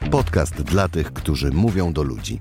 Podcast dla tych, którzy mówią do ludzi.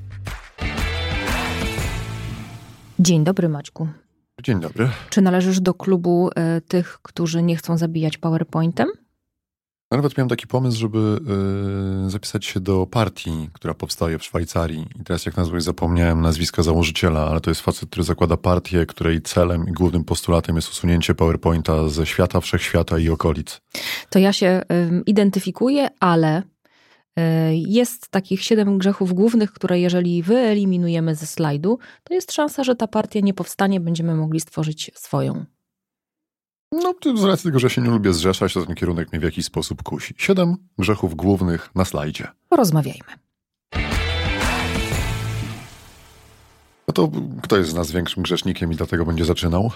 Dzień dobry, Maćku. Dzień dobry. Czy należysz do klubu tych, którzy nie chcą zabijać PowerPointem? Ja nawet miałem taki pomysł, żeby zapisać się do partii, która powstaje w Szwajcarii. I teraz jak nazwę zapomniałem nazwiska założyciela, ale to jest facet, który zakłada partię, której celem i głównym postulatem jest usunięcie PowerPointa ze świata, wszechświata i okolic. To ja się identyfikuję, ale jest takich 7 grzechów głównych, które jeżeli wyeliminujemy ze slajdu, to jest szansa, że ta partia nie powstanie, będziemy mogli stworzyć swoją. No, z racji tego, że się nie lubię zrzeszać, to ten kierunek mnie w jakiś sposób kusi. 7 grzechów głównych na slajdzie. Porozmawiajmy. No to kto jest z nas większym grzesznikiem i dlatego będzie zaczynał?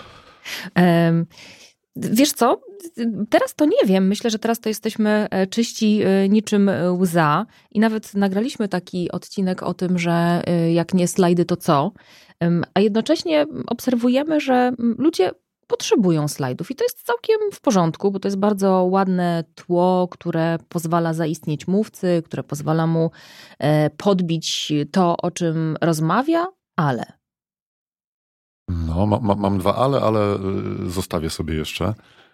Wiesz co? Teraz to nie wiem. Myślę, że teraz to jesteśmy czyści niczym łza i nawet nagraliśmy taki odcinek o tym, że jak nie slajdy, to co? A jednocześnie obserwujemy, że ludzie potrzebują slajdów i to jest całkiem w porządku, bo to jest bardzo ładne tło, które pozwala zaistnieć mówcy, które pozwala mu podbić to, o czym rozmawia, ale... No, mam 2 ale zostawię sobie jeszcze.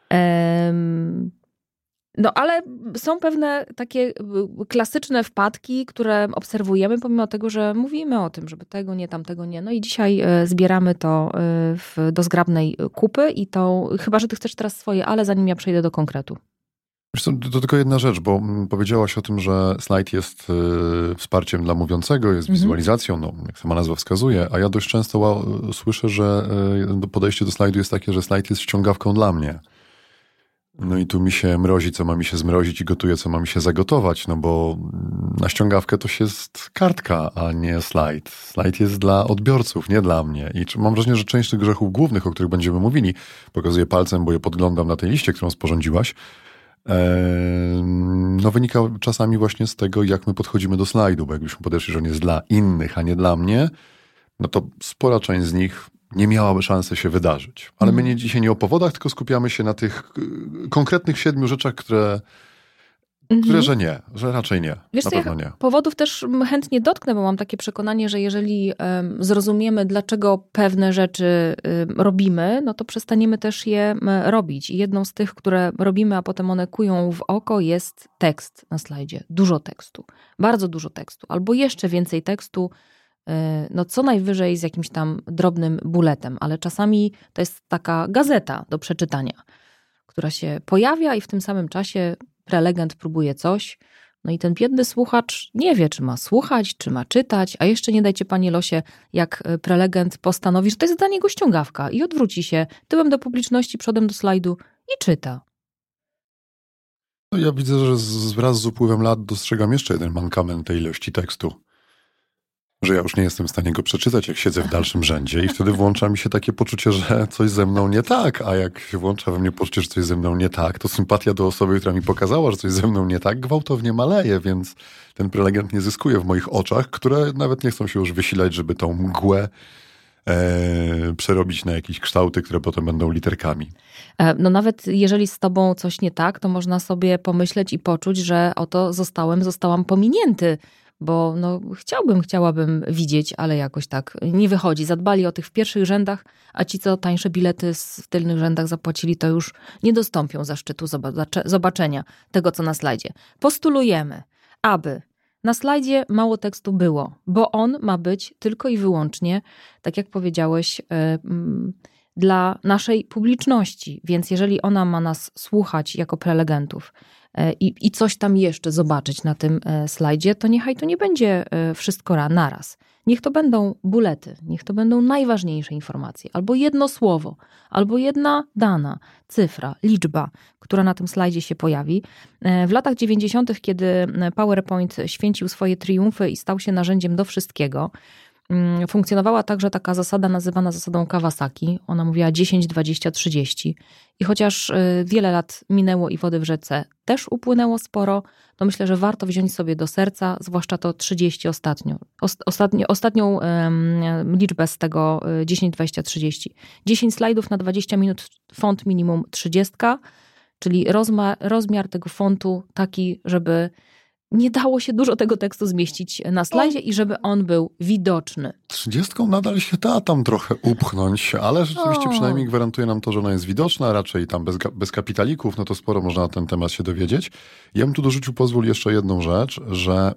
No, ale są pewne takie klasyczne wpadki, które obserwujemy, pomimo tego, że mówimy o tym, żeby tego nie, tamtego nie. No i dzisiaj zbieramy to do zgrabnej kupy i to, chyba że ty chcesz teraz swoje, ale zanim ja przejdę do konkretu. Wiesz co, to tylko jedna rzecz, bo powiedziałaś o tym, że slajd jest wsparciem dla mówiącego, jest wizualizacją, no, jak sama nazwa wskazuje, a ja dość często słyszę, że podejście do slajdu jest takie, że slajd jest ściągawką dla mnie. No i tu mi się mrozi, co ma mi się zmrozić i gotuje, co ma mi się zagotować, no bo na ściągawkę to jest kartka, a nie slajd. Slajd jest dla odbiorców, nie dla mnie. I mam wrażenie, że część tych grzechów głównych, o których będziemy mówili, pokazuję palcem, bo je podglądam na tej liście, którą sporządziłaś, no wynika czasami właśnie z tego, jak my podchodzimy do slajdu, bo jakbyśmy podeszli, że on jest dla innych, a nie dla mnie, no to spora część z nich nie miałaby szansy się wydarzyć. Ale my dzisiaj nie o powodach, tylko skupiamy się na tych konkretnych 7 rzeczach, które że raczej nie. Wiesz na co, pewno nie. Powodów też chętnie dotknę, bo mam takie przekonanie, że jeżeli zrozumiemy, dlaczego pewne rzeczy robimy, no to przestaniemy też je robić. I jedną z tych, które robimy, a potem one kują w oko, jest tekst na slajdzie. Dużo tekstu. Bardzo dużo tekstu. Albo jeszcze więcej tekstu, no co najwyżej z jakimś tam drobnym buletem, ale czasami to jest taka gazeta do przeczytania, która się pojawia i w tym samym czasie prelegent próbuje coś, no i ten biedny słuchacz nie wie, czy ma słuchać, czy ma czytać, a jeszcze nie dajcie panie losie, jak prelegent postanowi, że to jest dla niego ściągawka i odwróci się tyłem do publiczności, przodem do slajdu i czyta. No ja widzę, że wraz z upływem lat dostrzegam jeszcze jeden mankament tej ilości tekstu. Że ja już nie jestem w stanie go przeczytać, jak siedzę w dalszym rzędzie i wtedy włącza mi się takie poczucie, że coś ze mną nie tak, a jak się włącza we mnie poczucie, że coś ze mną nie tak, to sympatia do osoby, która mi pokazała, że coś ze mną nie tak, gwałtownie maleje, więc ten prelegent nie zyskuje w moich oczach, które nawet nie chcą się już wysilać, żeby tą mgłę przerobić na jakieś kształty, które potem będą literkami. No nawet jeżeli z tobą coś nie tak, to można sobie pomyśleć i poczuć, że oto zostałam pominięty, bo no chciałabym widzieć, ale jakoś tak nie wychodzi. Zadbali o tych w pierwszych rzędach, a ci, co tańsze bilety w tylnych rzędach zapłacili, to już nie dostąpią zaszczytu zobaczenia tego, co na slajdzie. Postulujemy, aby na slajdzie mało tekstu było, bo on ma być tylko i wyłącznie, tak jak powiedziałeś, dla naszej publiczności. Więc jeżeli ona ma nas słuchać jako prelegentów i coś tam jeszcze zobaczyć na tym slajdzie, to niechaj to nie będzie wszystko naraz. Niech to będą bulety, niech to będą najważniejsze informacje. Albo jedno słowo, albo jedna dana, cyfra, liczba, która na tym slajdzie się pojawi. W latach 90., kiedy PowerPoint święcił swoje triumfy i stał się narzędziem do wszystkiego, funkcjonowała także taka zasada nazywana zasadą Kawasaki. Ona mówiła 10, 20, 30. I chociaż wiele lat minęło i wody w rzece też upłynęło sporo, to myślę, że warto wziąć sobie do serca, zwłaszcza to 30 ostatnią liczbę z tego 10, 20, 30. 10 slajdów na 20 minut, font minimum 30, czyli rozmiar tego fontu taki, żeby nie dało się dużo tego tekstu zmieścić na slajdzie i żeby on był widoczny. 30 nadal się da tam trochę upchnąć, ale rzeczywiście przynajmniej gwarantuje nam to, że ona jest widoczna, raczej tam bez kapitalików, no to sporo można na ten temat się dowiedzieć. Ja bym tu dorzucił, pozwól, jeszcze jedną rzecz, że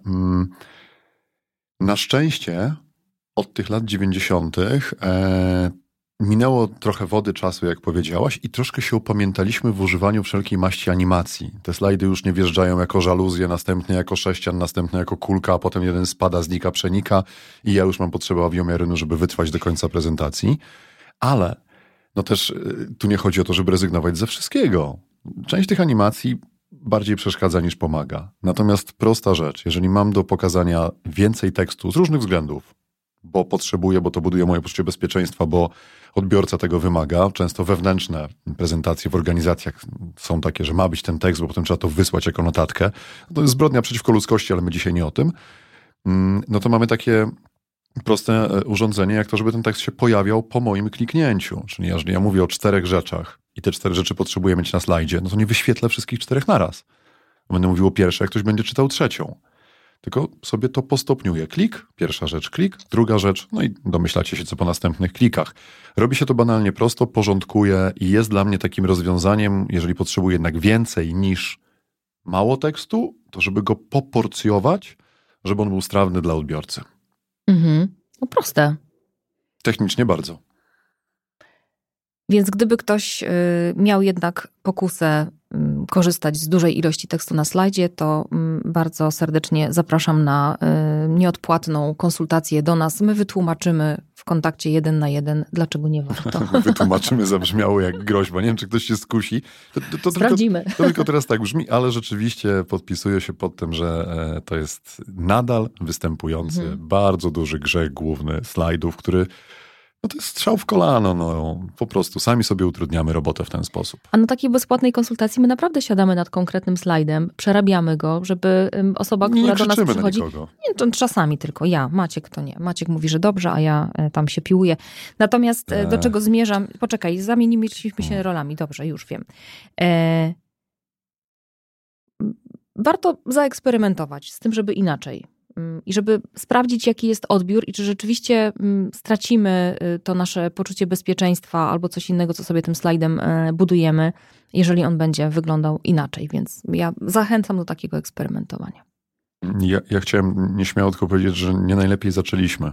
na szczęście od tych lat 90. Minęło trochę wody czasu, jak powiedziałaś, i troszkę się upamiętaliśmy w używaniu wszelkiej maści animacji. Te slajdy już nie wjeżdżają jako żaluzje, następnie jako sześcian, następnie jako kulka, a potem jeden spada, znika, przenika i ja już mam potrzebę awiomiarynu, żeby wytrwać do końca prezentacji. Ale no też tu nie chodzi o to, żeby rezygnować ze wszystkiego. Część tych animacji bardziej przeszkadza niż pomaga. Natomiast prosta rzecz, jeżeli mam do pokazania więcej tekstu z różnych względów, bo potrzebuję, bo to buduje moje poczucie bezpieczeństwa, bo odbiorca tego wymaga. Często wewnętrzne prezentacje w organizacjach są takie, że ma być ten tekst, bo potem trzeba to wysłać jako notatkę. To jest zbrodnia przeciwko ludzkości, ale my dzisiaj nie o tym. No to mamy takie proste urządzenie, jak to, żeby ten tekst się pojawiał po moim kliknięciu. Czyli jeżeli ja mówię o 4 rzeczach i te 4 rzeczy potrzebuję mieć na slajdzie, no to nie wyświetlę wszystkich 4 naraz. Będę mówił o pierwszej, jak ktoś będzie czytał 3. Tylko sobie to postopniuję. Klik, pierwsza rzecz, klik, druga rzecz, no i domyślacie się, co po następnych klikach. Robi się to banalnie prosto, porządkuje i jest dla mnie takim rozwiązaniem, jeżeli potrzebuję jednak więcej niż mało tekstu, to żeby go poporcjować, żeby on był strawny dla odbiorcy. No proste. Technicznie bardzo. Więc gdyby ktoś miał jednak pokusę korzystać z dużej ilości tekstu na slajdzie, to bardzo serdecznie zapraszam na nieodpłatną konsultację do nas. My wytłumaczymy w kontakcie 1 na 1, dlaczego nie warto. Wytłumaczymy, zabrzmiało jak groźba. Nie wiem, czy ktoś się skusi. To Sprawdzimy. To tylko teraz tak brzmi, ale rzeczywiście podpisuję się pod tym, że to jest nadal występujący bardzo duży grzech główny slajdów, który no to jest strzał w kolano, no po prostu sami sobie utrudniamy robotę w ten sposób. A na takiej bezpłatnej konsultacji my naprawdę siadamy nad konkretnym slajdem, przerabiamy go, żeby osoba, która do nas przychodzi... Nie, czasami tylko ja, Maciek to nie. Maciek mówi, że dobrze, a ja tam się piłuję. Natomiast do czego zmierzam? Poczekaj, zamieniliśmy się rolami. Dobrze, już wiem. Warto zaeksperymentować z tym, żeby inaczej. I żeby sprawdzić, jaki jest odbiór i czy rzeczywiście stracimy to nasze poczucie bezpieczeństwa albo coś innego, co sobie tym slajdem budujemy, jeżeli on będzie wyglądał inaczej. Więc ja zachęcam do takiego eksperymentowania. Ja chciałem nieśmiało tylko powiedzieć, że nie najlepiej zaczęliśmy.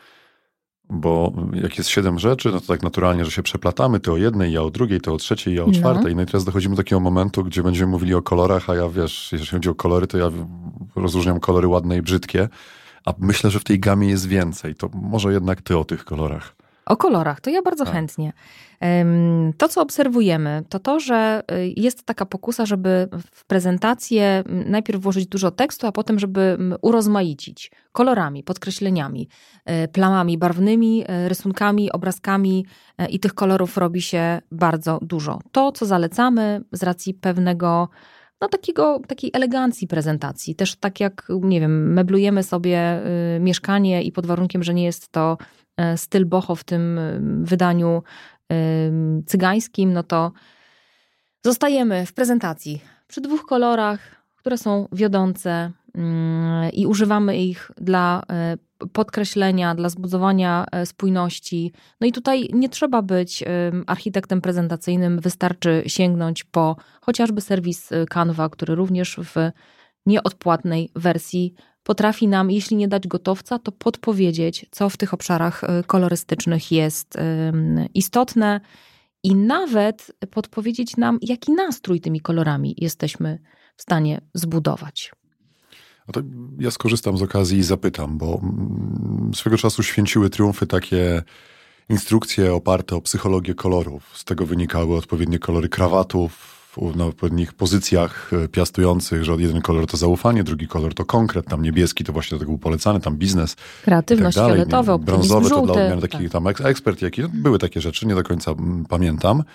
Bo jak jest 7 rzeczy, no to tak naturalnie, że się przeplatamy, ty o jednej, ja o drugiej, ty o trzeciej, ja o czwartej. No i teraz dochodzimy do takiego momentu, gdzie będziemy mówili o kolorach, a ja wiesz, jeżeli chodzi o kolory, to ja rozróżniam kolory ładne i brzydkie, a myślę, że w tej gamie jest więcej. To może jednak ty o tych kolorach. O kolorach, to ja bardzo chętnie. To, co obserwujemy, to, że jest taka pokusa, żeby w prezentację najpierw włożyć dużo tekstu, a potem, żeby urozmaicić kolorami, podkreśleniami, plamami barwnymi, rysunkami, obrazkami i tych kolorów robi się bardzo dużo. To, co zalecamy z racji pewnego takiej elegancji prezentacji. Też tak jak, nie wiem, meblujemy sobie mieszkanie i pod warunkiem, że nie jest to styl boho w tym wydaniu cygańskim, no to zostajemy w prezentacji przy 2 kolorach, które są wiodące i używamy ich dla podkreślenia, dla zbudowania spójności. No i tutaj nie trzeba być architektem prezentacyjnym, wystarczy sięgnąć po chociażby serwis Canva, który również w nieodpłatnej wersji potrafi nam, jeśli nie dać gotowca, to podpowiedzieć, co w tych obszarach kolorystycznych jest istotne i nawet podpowiedzieć nam, jaki nastrój tymi kolorami jesteśmy w stanie zbudować. A to ja skorzystam z okazji i zapytam, bo swego czasu święciły triumfy takie instrukcje oparte o psychologię kolorów. Z tego wynikały odpowiednie kolory krawatów, na odpowiednich pozycjach piastujących, że jeden kolor to zaufanie, drugi kolor to konkret, tam niebieski to właśnie do tego był polecany, tam biznes. Kreatywność, tak fioletowy, brązowy żółty, to dla odmiany taki tam ekspert jaki. Były takie rzeczy, nie do końca pamiętam.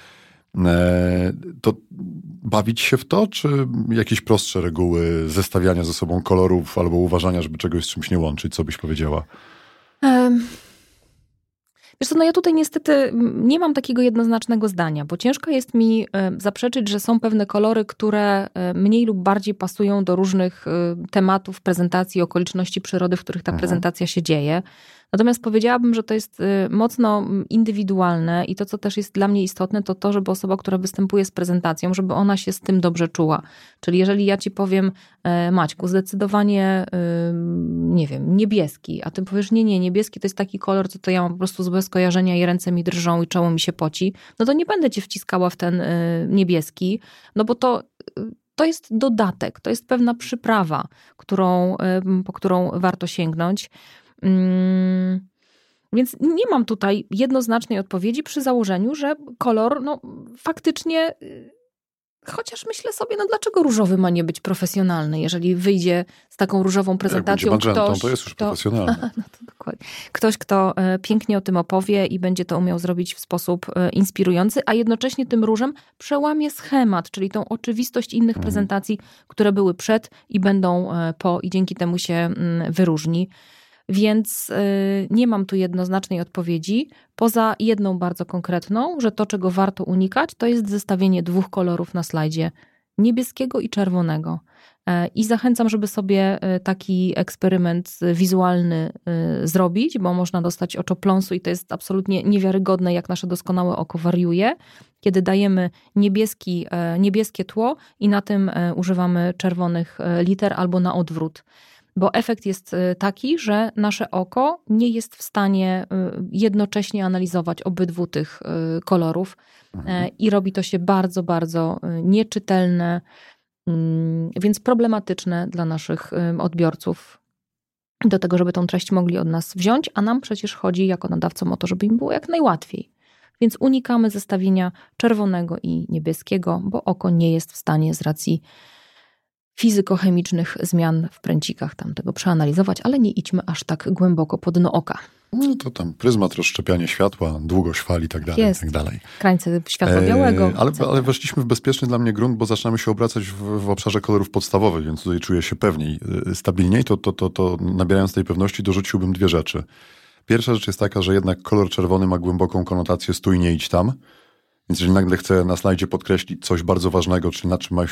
To bawić się w to, czy jakieś prostsze reguły zestawiania ze sobą kolorów albo uważania, żeby czegoś z czymś nie łączyć? Co byś powiedziała? Wiesz co, no ja tutaj niestety nie mam takiego jednoznacznego zdania, bo ciężko jest mi zaprzeczyć, że są pewne kolory, które mniej lub bardziej pasują do różnych tematów, prezentacji, okoliczności przyrody, w których ta prezentacja się dzieje. Natomiast powiedziałabym, że to jest mocno indywidualne i to, co też jest dla mnie istotne, to to, żeby osoba, która występuje z prezentacją, żeby ona się z tym dobrze czuła. Czyli jeżeli ja ci powiem, Maćku, zdecydowanie, nie wiem, niebieski, a ty powiesz, nie, niebieski to jest taki kolor, to ja mam po prostu złe skojarzenia i ręce mi drżą i czoło mi się poci, no to nie będę cię wciskała w ten niebieski, no bo to jest dodatek, to jest pewna przyprawa, po którą warto sięgnąć. Więc nie mam tutaj jednoznacznej odpowiedzi przy założeniu, że kolor, no faktycznie, chociaż myślę sobie, no dlaczego różowy ma nie być profesjonalny, jeżeli wyjdzie z taką różową prezentacją jak będzie ktoś, to jest już profesjonalne. No to dokładnie. Ktoś, kto pięknie o tym opowie i będzie to umiał zrobić w sposób inspirujący, a jednocześnie tym różem przełamie schemat, czyli tą oczywistość innych prezentacji, które były przed i będą po i dzięki temu się wyróżni. Więc nie mam tu jednoznacznej odpowiedzi, poza jedną bardzo konkretną, że to, czego warto unikać, to jest zestawienie dwóch kolorów na slajdzie, niebieskiego i czerwonego. I zachęcam, żeby sobie taki eksperyment wizualny zrobić, bo można dostać oczopląsu i to jest absolutnie niewiarygodne, jak nasze doskonałe oko wariuje, kiedy dajemy niebieskie tło i na tym używamy czerwonych liter albo na odwrót. Bo efekt jest taki, że nasze oko nie jest w stanie jednocześnie analizować obydwu tych kolorów i robi to się bardzo, bardzo nieczytelne, więc problematyczne dla naszych odbiorców do tego, żeby tą treść mogli od nas wziąć, a nam przecież chodzi jako nadawcom o to, żeby im było jak najłatwiej. Więc unikamy zestawienia czerwonego i niebieskiego, bo oko nie jest w stanie z racji fizykochemicznych zmian w pręcikach tam tego przeanalizować, ale nie idźmy aż tak głęboko pod dno oka. No to tam pryzmat, rozszczepianie światła, długość fali i tak dalej. Jest. I tak dalej. Krańce światła białego. Ale weszliśmy w bezpieczny dla mnie grunt, bo zaczynamy się obracać w obszarze kolorów podstawowych, więc tutaj czuję się pewniej, stabilniej. To nabierając tej pewności dorzuciłbym dwie rzeczy. Pierwsza rzecz jest taka, że jednak kolor czerwony ma głęboką konotację stój, nie idź tam. Więc jeżeli nagle chcę na slajdzie podkreślić coś bardzo ważnego, czyli na czym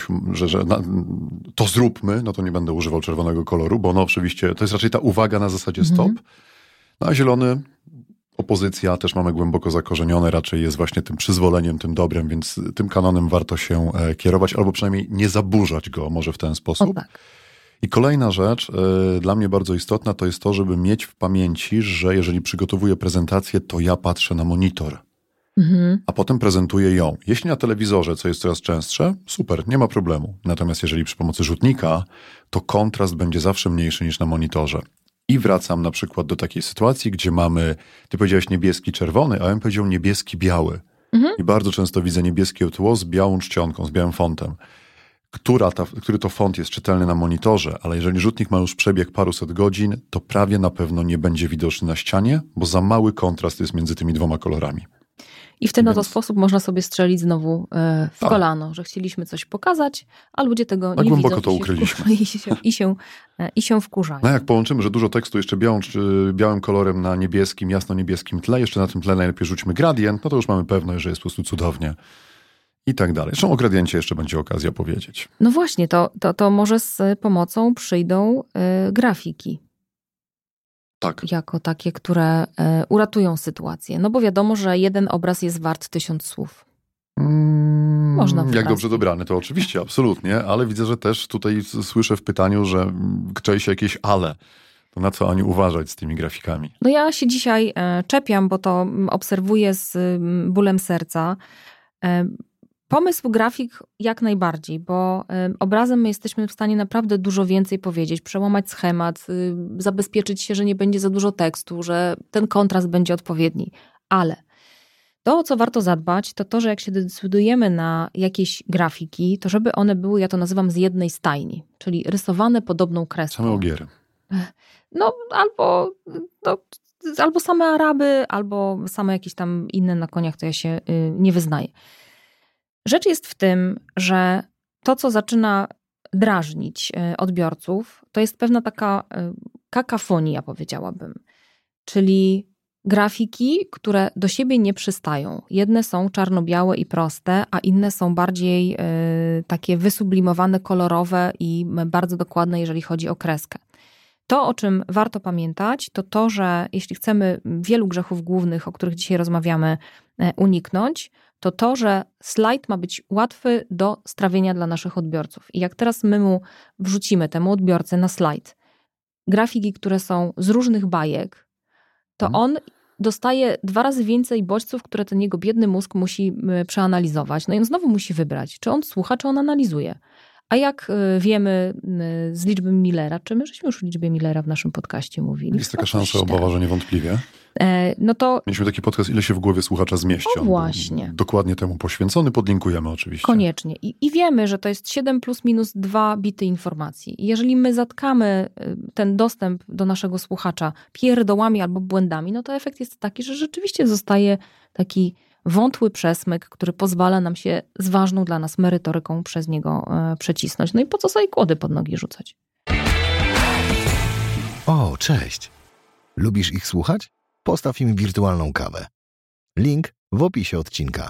to zróbmy, no to nie będę używał czerwonego koloru, bo oczywiście to jest raczej ta uwaga na zasadzie stop. No a zielony, opozycja też mamy głęboko zakorzenione, raczej jest właśnie tym przyzwoleniem, tym dobrem, więc tym kanonem warto się kierować, albo przynajmniej nie zaburzać go może w ten sposób. O tak. I kolejna rzecz, dla mnie bardzo istotna, to jest to, żeby mieć w pamięci, że jeżeli przygotowuję prezentację, to ja patrzę na monitor. A potem prezentuję ją. Jeśli na telewizorze, co jest coraz częstsze, super, nie ma problemu. Natomiast jeżeli przy pomocy rzutnika, to kontrast będzie zawsze mniejszy niż na monitorze. I wracam na przykład do takiej sytuacji, gdzie mamy, ty powiedziałeś niebieski, czerwony, a ja bym powiedział niebieski, biały. I bardzo często widzę niebieskie tło z białą czcionką, z białym fontem. Który to font jest czytelny na monitorze, ale jeżeli rzutnik ma już przebieg paruset godzin, to prawie na pewno nie będzie widoczny na ścianie, bo za mały kontrast jest między tymi dwoma kolorami. I w ten oto sposób można sobie strzelić znowu w kolano, że chcieliśmy coś pokazać, a ludzie tego nie widzą. Głęboko to ukryliśmy. I się wkurzają. No jak połączymy, że dużo tekstu jeszcze białym kolorem na niebieskim, jasno-niebieskim tle, jeszcze na tym tle najlepiej rzućmy gradient, no to już mamy pewność, że jest po prostu cudownie. I tak dalej. Zresztą o gradiencie jeszcze będzie okazja powiedzieć. No właśnie, to może z pomocą przyjdą grafiki. Tak. Jako takie, które uratują sytuację. No bo wiadomo, że jeden obraz jest wart 1000 słów. Można jak dobrze dobrany, to oczywiście, absolutnie, ale widzę, że też tutaj słyszę w pytaniu, że czai się jakieś ale. To na co, Aniu, uważać z tymi grafikami? No ja się dzisiaj czepiam, bo to obserwuję z bólem serca. Pomysł grafik jak najbardziej, bo obrazem my jesteśmy w stanie naprawdę dużo więcej powiedzieć, przełamać schemat, zabezpieczyć się, że nie będzie za dużo tekstu, że ten kontrast będzie odpowiedni. Ale to, o co warto zadbać, to to, że jak się decydujemy na jakieś grafiki, to żeby one były, ja to nazywam, z jednej stajni, czyli rysowane podobną kreską. Same ogiery. No albo same Araby, albo same jakieś tam inne na koniach, to ja się nie wyznaję. Rzecz jest w tym, że to, co zaczyna drażnić odbiorców, to jest pewna taka kakafonia, powiedziałabym. Czyli grafiki, które do siebie nie przystają. Jedne są czarno-białe i proste, a inne są bardziej takie wysublimowane, kolorowe i bardzo dokładne, jeżeli chodzi o kreskę. To, o czym warto pamiętać, to, że jeśli chcemy wielu grzechów głównych, o których dzisiaj rozmawiamy, uniknąć, to, że slajd ma być łatwy do strawienia dla naszych odbiorców. I jak teraz my mu wrzucimy, temu odbiorcy na slajd, grafiki, które są z różnych bajek, to on dostaje 2 razy więcej bodźców, które ten jego biedny mózg musi przeanalizować. No i on znowu musi wybrać, czy on słucha, czy on analizuje. A jak wiemy z liczby Millera, czy my żeśmy już o liczbie Millera w naszym podcaście mówili? Jest taka szansa, obawa, że niewątpliwie. No to... Mieliśmy taki podcast, ile się w głowie słuchacza zmieści. O właśnie. Dokładnie temu poświęcony, podlinkujemy oczywiście. Koniecznie. I wiemy, że to jest 7 plus minus 2 bity informacji. I jeżeli my zatkamy ten dostęp do naszego słuchacza pierdołami albo błędami, no to efekt jest taki, że rzeczywiście zostaje taki wątły przesmyk, który pozwala nam się z ważną dla nas merytoryką przez niego przecisnąć. No i po co sobie kłody pod nogi rzucać? O, cześć. Lubisz ich słuchać? Postaw im wirtualną kawę. Link w opisie odcinka.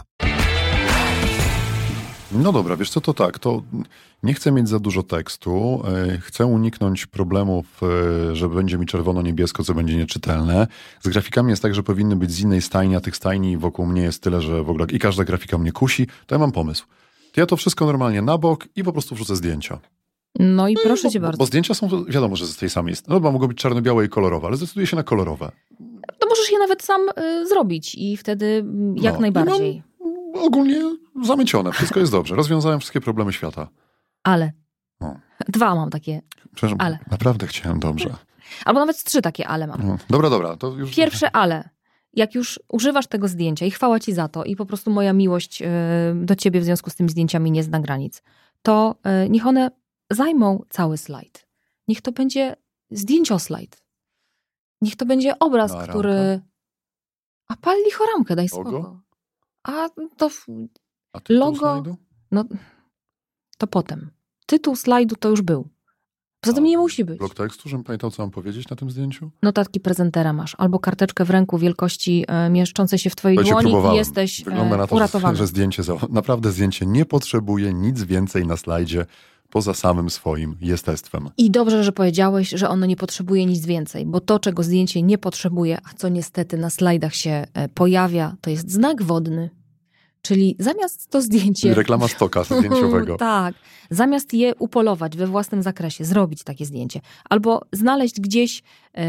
No dobra, wiesz co, to tak, to nie chcę mieć za dużo tekstu, chcę uniknąć problemów, że będzie mi czerwono-niebiesko, co będzie nieczytelne. Z grafikami jest tak, że powinny być z innej stajni, a tych stajni wokół mnie jest tyle, że w ogóle i każda grafika mnie kusi, to ja mam pomysł. To ja to wszystko normalnie na bok i po prostu wrzucę zdjęcia. No i proszę cię bardzo. Bo zdjęcia są, wiadomo, że z tej samej strony, bo mogą być czarno-białe i kolorowe, ale zdecyduję się na kolorowe. To możesz je nawet sam zrobić i wtedy jak najbardziej. Ogólnie zamycione, wszystko jest dobrze. Rozwiązałem wszystkie problemy świata. Ale. 2 mam takie ale. Naprawdę chciałem dobrze. Albo nawet 3 takie ale mam. Dobra, to już... Pierwsze ale. Jak już używasz tego zdjęcia i chwała ci za to i po prostu moja miłość do ciebie w związku z tymi zdjęciami nie zna granic, to niech one zajmą cały slajd. Niech to będzie zdjęcioslajd. Niech to będzie obraz, który... A pal lichoramkę, daj spokój. A to... A tytuł logo... slajdu? No, to potem. Tytuł slajdu to już był. Poza tym nie musi być. Blok tekstu, żebym pamiętał, co mam powiedzieć na tym zdjęciu? Notatki prezentera masz. Albo karteczkę w ręku wielkości mieszczącej się w twojej dłoni i jesteś Wygląda na to, uratowany. że naprawdę zdjęcie nie potrzebuje nic więcej na slajdzie poza samym swoim jestestwem. I dobrze, że powiedziałeś, że ono nie potrzebuje nic więcej, bo to, czego zdjęcie nie potrzebuje, a co niestety na slajdach się pojawia, to jest znak wodny. Czyli zamiast to zdjęcie... Reklama stoka zdjęciowego. Tak. Zamiast je upolować we własnym zakresie, zrobić takie zdjęcie. Albo znaleźć gdzieś,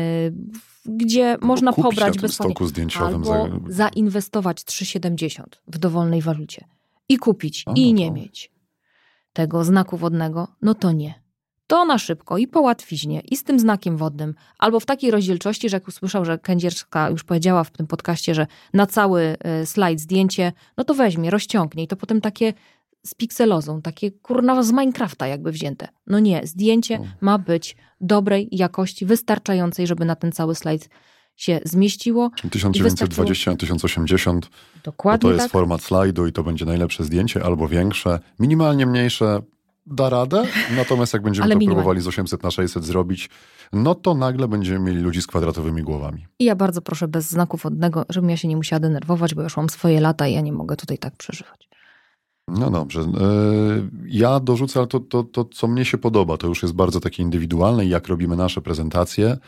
gdzie można pobrać bezpłatnie. Stoku zdjęciowym. Albo zainwestować 3,70 w dowolnej walucie. I kupić, i nie mieć tego znaku wodnego. No to nie. To na szybko i po łatwiźnie, i z tym znakiem wodnym, albo w takiej rozdzielczości, że jak usłyszał, że Kędzierska już powiedziała w tym podcaście, że na cały slajd zdjęcie, no to weźmie, rozciągnie i to potem takie z pikselozą, takie kurna z Minecrafta jakby wzięte. No nie, zdjęcie ma być dobrej jakości, wystarczającej, żeby na ten cały slajd się zmieściło. 1920 na 1080 Dokładnie to jest tak. format slajdu i to będzie najlepsze zdjęcie, albo większe, minimalnie mniejsze, da radę, natomiast jak będziemy to próbowali z 800 na 600 zrobić, no to nagle będziemy mieli ludzi z kwadratowymi głowami. I ja bardzo proszę bez znaku wodnego, żebym ja się nie musiała denerwować, bo już mam swoje lata i ja nie mogę tutaj tak przeżywać. No dobrze. Ja dorzucę, ale to co mnie się podoba, to już jest bardzo takie indywidualne i jak robimy nasze prezentacje.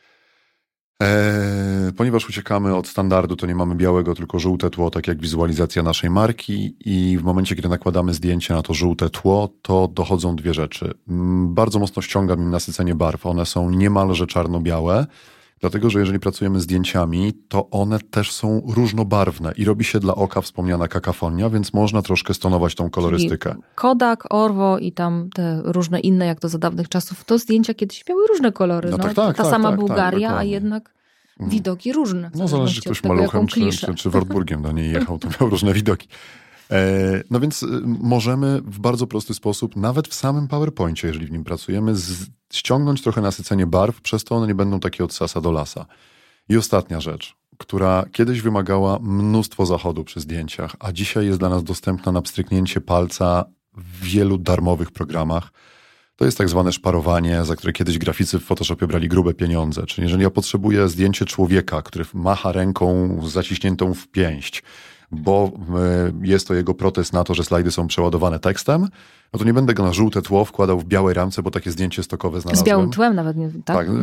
Ponieważ uciekamy od standardu, to nie mamy białego, tylko żółte tło, tak jak wizualizacja naszej marki i w momencie, kiedy nakładamy zdjęcie na to żółte tło, to dochodzą 2 rzeczy. Bardzo mocno ściąga mi nasycenie barw. One są niemalże czarno-białe, dlatego, że jeżeli pracujemy z zdjęciami, to one też są różnobarwne i robi się dla oka wspomniana kakafonia, więc można troszkę stonować tą kolorystykę. Czyli Kodak, Orwo i tam te różne inne, jak to za dawnych czasów, to zdjęcia kiedyś miały różne kolory. Tak, ta sama Bułgaria, tak, a jednak widoki różne. No zależy, czy ktoś maluchem, czy Wartburgiem do niej jechał, to miał różne widoki. No więc możemy w bardzo prosty sposób, nawet w samym PowerPoincie, jeżeli w nim pracujemy, ściągnąć trochę nasycenie barw, przez to one nie będą takie od sasa do lasa. I ostatnia rzecz, która kiedyś wymagała mnóstwo zachodu przy zdjęciach, a dzisiaj jest dla nas dostępna na pstryknięcie palca w wielu darmowych programach, To jest tak zwane szparowanie, za które kiedyś graficy w Photoshopie brali grube pieniądze. Czyli jeżeli ja potrzebuję zdjęcie człowieka, który macha ręką zaciśniętą w pięść, bo jest to jego protest na to, że slajdy są przeładowane tekstem, no to nie będę go na żółte tło wkładał w białej ramce, bo takie zdjęcie stokowe znalazłem. Z białym tłem nawet, nie? Tak, tak.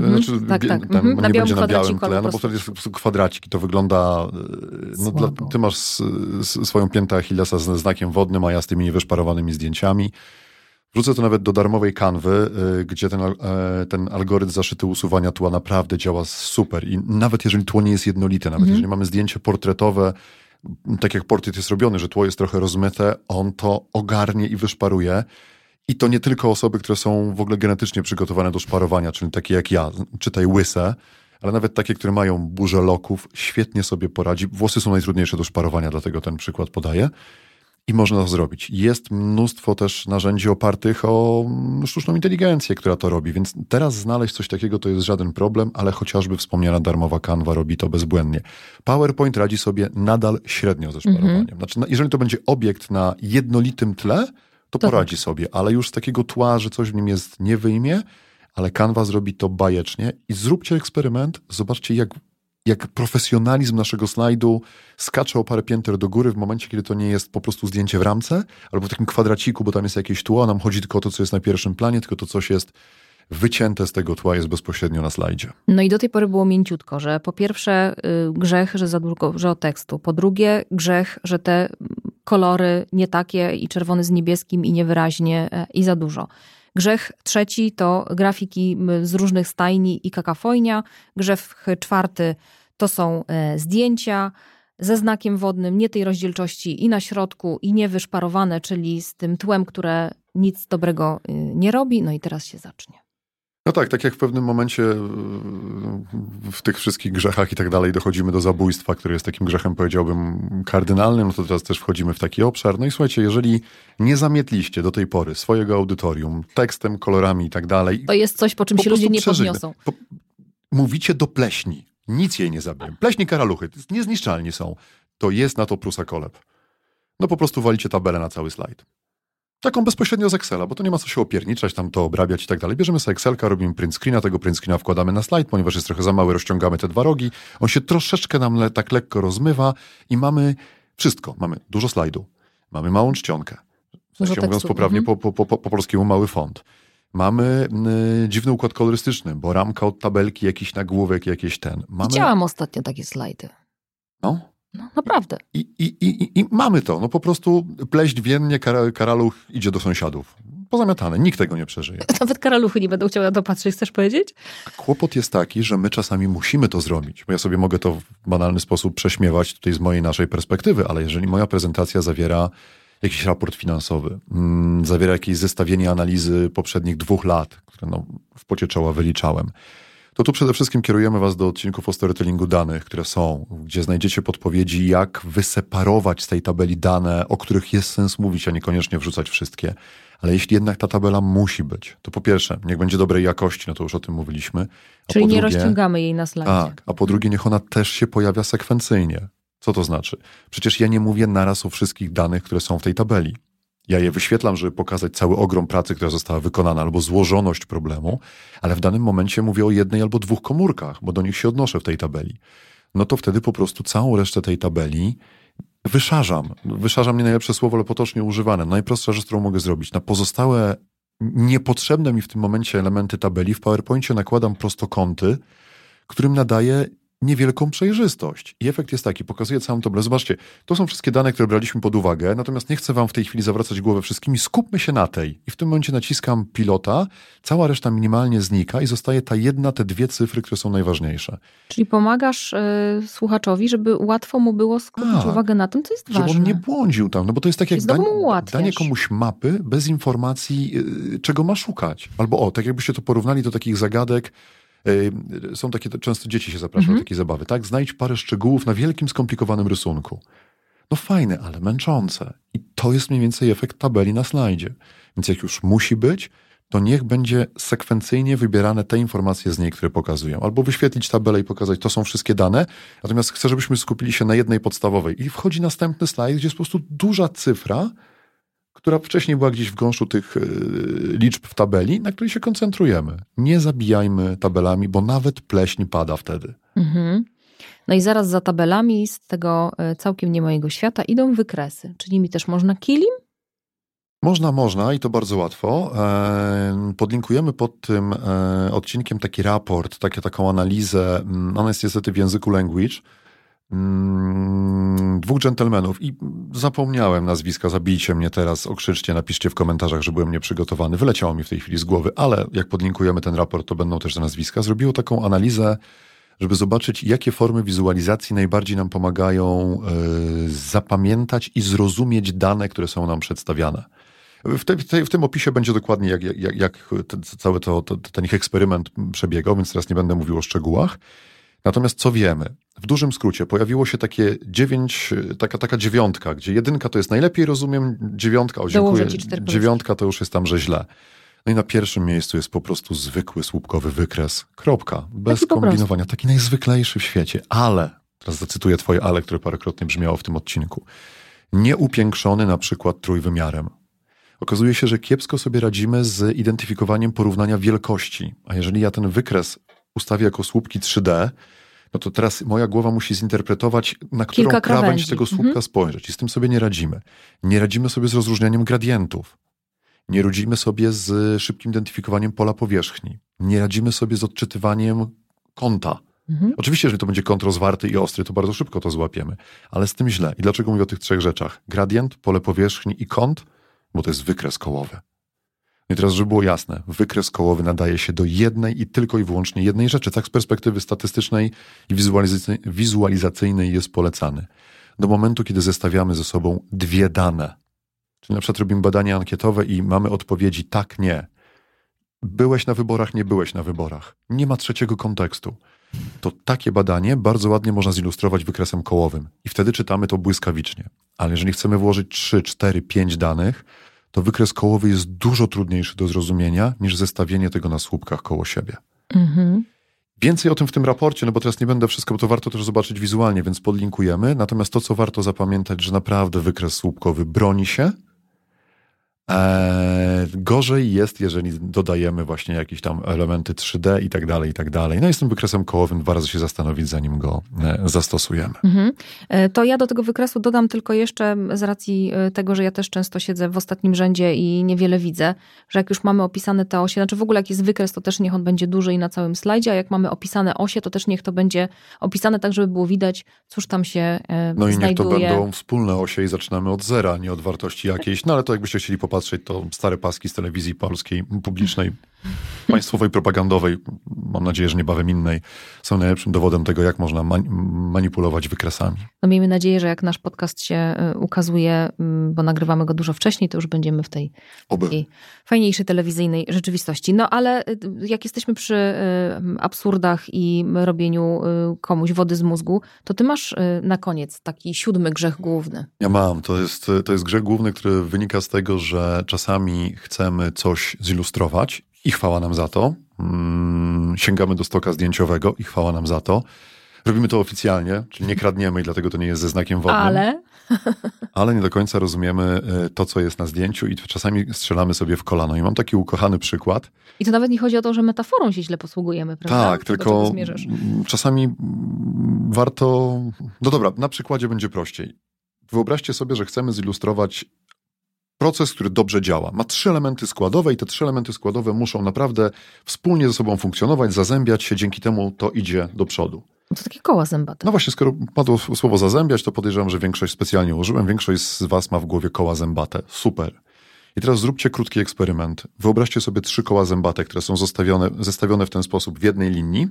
Nie będzie na białym tle, no bo wtedy jest po prostu kwadracik i to wygląda... ty masz swoją piętę Achillesa ze znakiem wodnym, a ja z tymi niewyszparowanymi zdjęciami. Wrzucę to nawet do darmowej Canwy, gdzie ten algorytm zaszyty usuwania tła naprawdę działa super. I nawet jeżeli tło nie jest jednolite, nawet jeżeli mamy zdjęcie portretowe, tak jak portret jest robiony, że tło jest trochę rozmyte, on to ogarnie i wyszparuje. I to nie tylko osoby, które są w ogóle genetycznie przygotowane do szparowania, czyli takie jak ja, czytaj łyse, ale nawet takie, które mają burzę loków, świetnie sobie poradzi. Włosy są najtrudniejsze do szparowania, dlatego ten przykład podaję. I można to zrobić. Jest mnóstwo też narzędzi opartych o sztuczną inteligencję, która to robi, więc teraz znaleźć coś takiego to jest żaden problem, ale chociażby wspomniana darmowa Canva robi to bezbłędnie. PowerPoint radzi sobie nadal średnio ze szparowaniem. Znaczy, jeżeli to będzie obiekt na jednolitym tle, to poradzi sobie, ale już z takiego tła, że coś w nim jest, nie wyjmie, ale Canva zrobi to bajecznie i zróbcie eksperyment, zobaczcie jak profesjonalizm naszego slajdu skacze o parę pięter do góry w momencie, kiedy to nie jest po prostu zdjęcie w ramce albo w takim kwadraciku, bo tam jest jakieś tło, a nam chodzi tylko o to, co jest na pierwszym planie, tylko to coś jest wycięte z tego tła, jest bezpośrednio na slajdzie. No i do tej pory było mięciutko, że po pierwsze grzech, że za dużo tekstu, po drugie grzech, że te kolory nie takie i czerwony z niebieskim i niewyraźnie i za dużo. Grzech trzeci to grafiki z różnych stajni i kakafojnia. Grzech czwarty to są zdjęcia ze znakiem wodnym, nie tej rozdzielczości i na środku, i niewyszparowane, czyli z tym tłem, które nic dobrego nie robi. No i teraz się zacznie. No tak jak w pewnym momencie w tych wszystkich grzechach i tak dalej dochodzimy do zabójstwa, które jest takim grzechem, powiedziałbym, kardynalnym, no to teraz też wchodzimy w taki obszar. No i słuchajcie, jeżeli nie zamietliście do tej pory swojego audytorium tekstem, kolorami i tak dalej... To jest coś, po czym się ludzie nie podniosą. Mówicie do pleśni. Nic jej nie zabiję. Pleśni karaluchy, niezniszczalni są. To jest na to Prusa Koleb. No po prostu walicie tabelę na cały slajd. Taką bezpośrednio z Excela, bo to nie ma co się opierniczać, tam to obrabiać i tak dalej. Bierzemy sobie Excelka, robimy print screena, tego print screena wkładamy na slajd, ponieważ jest trochę za mały, rozciągamy te dwa rogi. On się troszeczkę nam tak lekko rozmywa i mamy wszystko. Mamy dużo slajdu, mamy małą czcionkę. W sensie mówiąc poprawnie po polskiemu mały font. Mamy dziwny układ kolorystyczny, bo ramka od tabelki, jakiś nagłówek, jakieś ten. Widziałam ostatnio takie slajdy. No, naprawdę. I mamy to. No po prostu pleść więdnie, karaluch idzie do sąsiadów. Pozamiatane. Nikt tego nie przeżyje. Nawet karaluchy nie będą chciały na to patrzeć, chcesz powiedzieć? Kłopot jest taki, że my czasami musimy to zrobić. Bo ja sobie mogę to w banalny sposób prześmiewać tutaj z mojej, naszej perspektywy, ale jeżeli moja prezentacja zawiera jakiś raport finansowy, zawiera jakieś zestawienie analizy poprzednich 2 lat, które w pocie czoła wyliczałem, to tu przede wszystkim kierujemy was do odcinków o storytellingu danych, które są, gdzie znajdziecie podpowiedzi, jak wyseparować z tej tabeli dane, o których jest sens mówić, a niekoniecznie wrzucać wszystkie. Ale jeśli jednak ta tabela musi być, to po pierwsze, niech będzie dobrej jakości, no to już o tym mówiliśmy. Czyli nie rozciągamy jej na slajdzie. Tak, a po drugie, niech ona też się pojawia sekwencyjnie. Co to znaczy? Przecież ja nie mówię naraz o wszystkich danych, które są w tej tabeli. Ja je wyświetlam, żeby pokazać cały ogrom pracy, która została wykonana, albo złożoność problemu, ale w danym momencie mówię o 1 albo 2 komórkach, bo do nich się odnoszę w tej tabeli. No to wtedy po prostu całą resztę tej tabeli wyszarzam. Wyszarzam nie najlepsze słowo, ale potocznie używane. Najprostsza rzecz, którą mogę zrobić. Na pozostałe niepotrzebne mi w tym momencie elementy tabeli w PowerPoincie nakładam prostokąty, którym nadaję niewielką przejrzystość. I efekt jest taki, pokazuję całą tabelę. Zobaczcie, to są wszystkie dane, które braliśmy pod uwagę, natomiast nie chcę wam w tej chwili zawracać głowę wszystkimi. Skupmy się na tej. I w tym momencie naciskam pilota, cała reszta minimalnie znika i zostaje ta 1, te 2 cyfry, które są najważniejsze. Czyli pomagasz słuchaczowi, żeby łatwo mu było skupić uwagę na tym, co jest ważne. Żeby on nie błądził tam, no bo to jest tak jak danie komuś mapy bez informacji, czego ma szukać. Albo tak jakbyście to porównali do takich zagadek. Są takie, często dzieci się zapraszają do takiej zabawy, tak? Znajdź parę szczegółów na wielkim, skomplikowanym rysunku. No fajne, ale męczące. I to jest mniej więcej efekt tabeli na slajdzie. Więc jak już musi być, to niech będzie sekwencyjnie wybierane te informacje z niej, które pokazują. Albo wyświetlić tabelę i pokazać, to są wszystkie dane, natomiast chcę, żebyśmy skupili się na jednej podstawowej. I wchodzi następny slajd, gdzie jest po prostu duża cyfra, która wcześniej była gdzieś w gąszczu tych liczb w tabeli, na której się koncentrujemy. Nie zabijajmy tabelami, bo nawet pleśń pada wtedy. Mhm. No i zaraz za tabelami z tego całkiem nie mojego świata idą wykresy. Czy nimi też można kilim? Można i to bardzo łatwo. Podlinkujemy pod tym odcinkiem taki raport, taką analizę. Ona jest niestety w języku language. Dwóch dżentelmenów i zapomniałem nazwiska, zabijcie mnie teraz, okrzyczcie, napiszcie w komentarzach, że byłem nieprzygotowany. Wyleciało mi w tej chwili z głowy, ale jak podlinkujemy ten raport, to będą też te nazwiska. Zrobiło taką analizę, żeby zobaczyć, jakie formy wizualizacji najbardziej nam pomagają zapamiętać i zrozumieć dane, które są nam przedstawiane. W tym opisie będzie dokładnie jak cały ten ich eksperyment przebiegał, więc teraz nie będę mówił o szczegółach. Natomiast co wiemy? W dużym skrócie pojawiło się taka dziewiątka, gdzie 1 to jest najlepiej rozumiem, 9, dziękuję, 9 to już jest tam, że źle. No i na pierwszym miejscu jest po prostu zwykły słupkowy wykres. Kropka. Bez kombinowania. Taki najzwyklejszy w świecie. Ale, teraz zacytuję twoje ale, które parokrotnie brzmiało w tym odcinku. Nieupiększony na przykład trójwymiarem. Okazuje się, że kiepsko sobie radzimy z identyfikowaniem porównania wielkości. A jeżeli ja ten wykres ustawię jako słupki 3D, no to teraz moja głowa musi zinterpretować, na którą krawędź tego słupka spojrzeć. I z tym sobie nie radzimy. Nie radzimy sobie z rozróżnianiem gradientów. Nie radzimy sobie z szybkim identyfikowaniem pola powierzchni. Nie radzimy sobie z odczytywaniem kąta. Oczywiście, jeżeli to będzie kąt rozwarty i ostry, to bardzo szybko to złapiemy. Ale z tym źle. I dlaczego mówię o tych 3 rzeczach? Gradient, pole powierzchni i kąt, bo to jest wykres kołowy. I teraz, żeby było jasne, wykres kołowy nadaje się do jednej i tylko i wyłącznie jednej rzeczy. Tak z perspektywy statystycznej i wizualizacyjnej jest polecany. Do momentu, kiedy zestawiamy ze sobą 2 dane. Czyli na przykład robimy badania ankietowe i mamy odpowiedzi tak, nie. Byłeś na wyborach, nie byłeś na wyborach. Nie ma trzeciego kontekstu. To takie badanie bardzo ładnie można zilustrować wykresem kołowym. I wtedy czytamy to błyskawicznie. Ale jeżeli chcemy włożyć 3, 4, 5 danych, to wykres kołowy jest dużo trudniejszy do zrozumienia niż zestawienie tego na słupkach koło siebie. Więcej o tym w tym raporcie, no bo teraz nie będę wszystko, bo to warto też zobaczyć wizualnie, więc podlinkujemy. Natomiast to, co warto zapamiętać, że naprawdę wykres słupkowy broni się. Gorzej jest, jeżeli dodajemy właśnie jakieś tam elementy 3D i tak dalej. No i z tym wykresem kołowym 2 razy się zastanowić, zanim go zastosujemy. To ja do tego wykresu dodam tylko jeszcze z racji tego, że ja też często siedzę w ostatnim rzędzie i niewiele widzę, że jak już mamy opisane te osie, znaczy w ogóle jak jest wykres, to też niech on będzie duży i na całym slajdzie, a jak mamy opisane osie, to też niech to będzie opisane tak, żeby było widać, cóż tam się no i znajduje. niech to będą wspólne osie i zaczynamy od zera, nie od wartości jakiejś. No ale to jakbyście chcieli popatrzeć, to stare paski z telewizji polskiej, publicznej, państwowej, propagandowej, mam nadzieję, że niebawem innej, są najlepszym dowodem tego, jak można manipulować wykresami. No miejmy nadzieję, że jak nasz podcast się ukazuje, bo nagrywamy go dużo wcześniej, to już będziemy w tej fajniejszej telewizyjnej rzeczywistości. No ale jak jesteśmy przy absurdach i robieniu komuś wody z mózgu, to ty masz na koniec taki 7. grzech główny. Ja mam. To jest grzech główny, który wynika z tego, że czasami chcemy coś zilustrować i chwała nam za to. Sięgamy do stoka zdjęciowego i chwała nam za to. Robimy to oficjalnie, czyli nie kradniemy i dlatego to nie jest ze znakiem wodnym. Ale nie do końca rozumiemy to, co jest na zdjęciu i czasami strzelamy sobie w kolano. I mam taki ukochany przykład. I to nawet nie chodzi o to, że metaforą się źle posługujemy, prawda? Tak, tylko czasami warto... No dobra, na przykładzie będzie prościej. Wyobraźcie sobie, że chcemy zilustrować proces, który dobrze działa. Ma 3 elementy składowe i te 3 elementy składowe muszą naprawdę wspólnie ze sobą funkcjonować, zazębiać się, dzięki temu to idzie do przodu. No to takie koła zębate. No właśnie, skoro padło słowo zazębiać, to podejrzewam, że większość specjalnie użyłem. Większość z was ma w głowie koła zębate. Super. I teraz zróbcie krótki eksperyment. Wyobraźcie sobie 3 koła zębate, które są zestawione w ten sposób w jednej linii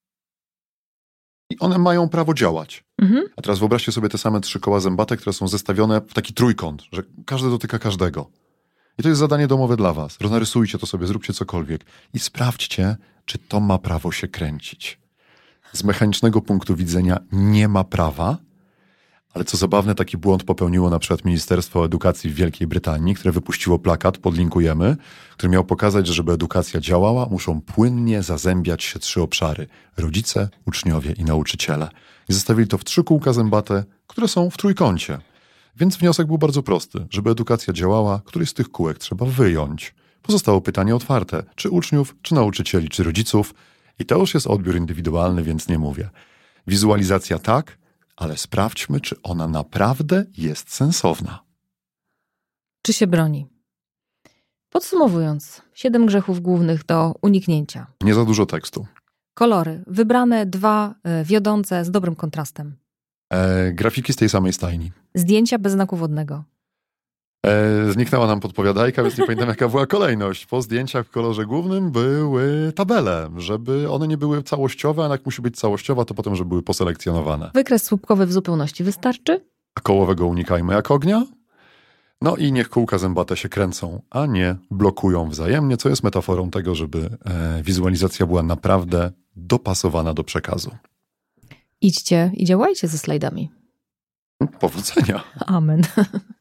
i one mają prawo działać. A teraz wyobraźcie sobie te same 3 koła zębate, które są zestawione w taki trójkąt, że każdy dotyka każdego. I to jest zadanie domowe dla was. Narysujcie to sobie, zróbcie cokolwiek i sprawdźcie, czy to ma prawo się kręcić. Z mechanicznego punktu widzenia nie ma prawa, ale co zabawne, taki błąd popełniło na przykład Ministerstwo Edukacji w Wielkiej Brytanii, które wypuściło plakat, podlinkujemy, który miał pokazać, że żeby edukacja działała, muszą płynnie zazębiać się 3 obszary. Rodzice, uczniowie i nauczyciele. I zestawili to w 3 kółka zębate, które są w trójkącie. Więc wniosek był bardzo prosty. Żeby edukacja działała, któryś z tych kółek trzeba wyjąć. Pozostało pytanie otwarte. Czy uczniów, czy nauczycieli, czy rodziców? I to już jest odbiór indywidualny, więc nie mówię. Wizualizacja tak, ale sprawdźmy, czy ona naprawdę jest sensowna. Czy się broni? Podsumowując, 7 grzechów głównych do uniknięcia. Nie za dużo tekstu. Kolory. Wybrane 2 wiodące z dobrym kontrastem. Grafiki z tej samej stajni. Zdjęcia bez znaku wodnego. Zniknęła nam podpowiadajka, więc nie pamiętam, jaka była kolejność. Po zdjęciach w kolorze głównym były tabele, żeby one nie były całościowe, a jak musi być całościowa, to potem, żeby były poselekcjonowane. Wykres słupkowy w zupełności wystarczy. A kołowego unikajmy jak ognia. No i niech kółka zębate się kręcą, a nie blokują wzajemnie, co jest metaforą tego, żeby wizualizacja była naprawdę dopasowana do przekazu. Idźcie i działajcie ze slajdami. Powodzenia. Amen.